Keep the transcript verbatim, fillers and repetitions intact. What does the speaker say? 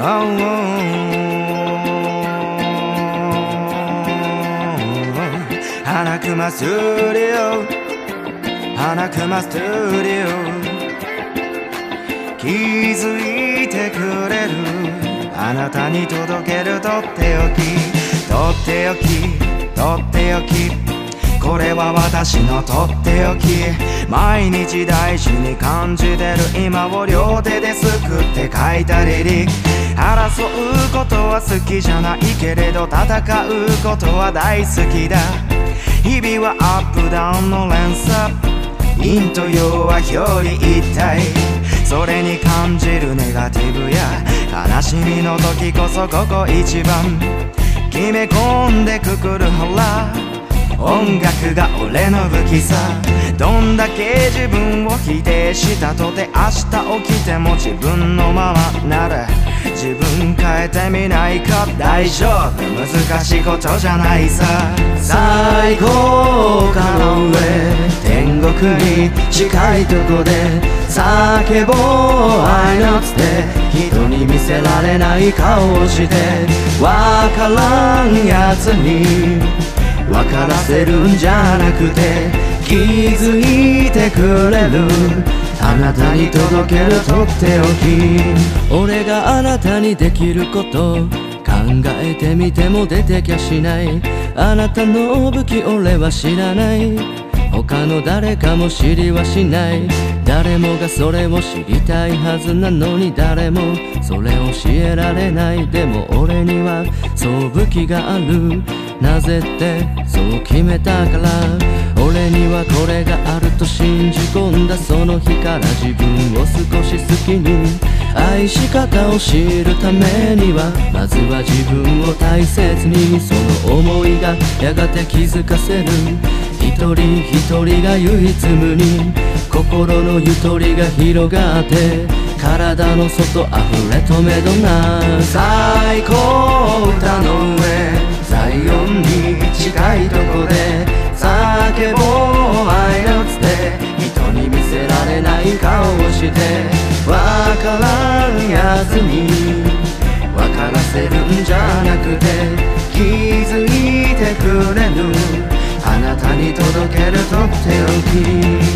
花熊スタジオ、花熊スタジオ、気づいてくれるあなたに届けるとっておき、とっておき、とっておき、これは私のとっておき。毎日大事に感じてる今を両手ですくって書いたリリック。争うことは好きじゃないけれど戦うことは大好きだ。日々はアップダウンの連鎖、陰と陽は表裏一体。それに感じるネガティブや悲しみの時こそここ一番決め込んでくくるほら、音楽が俺の武器さ。どんだけ自分を否定したとて明日起きても自分のままなら自分変えてみないか。大丈夫、難しいことじゃないさ。最高かの上、天国に近いとこで叫ぼう愛のつて、人に見せられない顔をしてわからんやつに分からせるんじゃなくて気づいてくれるあなたに届けるとっておき。俺があなたにできること考えてみても出てきゃしない。あなたの武器俺は知らない、他の誰かも知りはしない。誰もがそれを知りたいはずなのに誰もそれ教えられない。でも俺にはそう武器がある。なぜってそう決めたから。俺にはこれがあると信じ込んだ。その日から自分を少し好きに、愛し方を知るためにはまずは自分を大切に。その思いがやがて気づかせる一人一人が唯一無二、心のゆとりが広がって体の外溢れ止めどな。最高歌の上、ザイオンに近いとこで叫ぼう愛のつて、人に見せられない顔をしてわからんやつに分からせるんじゃなくて気づいてくれるあなたに届けるとっておき。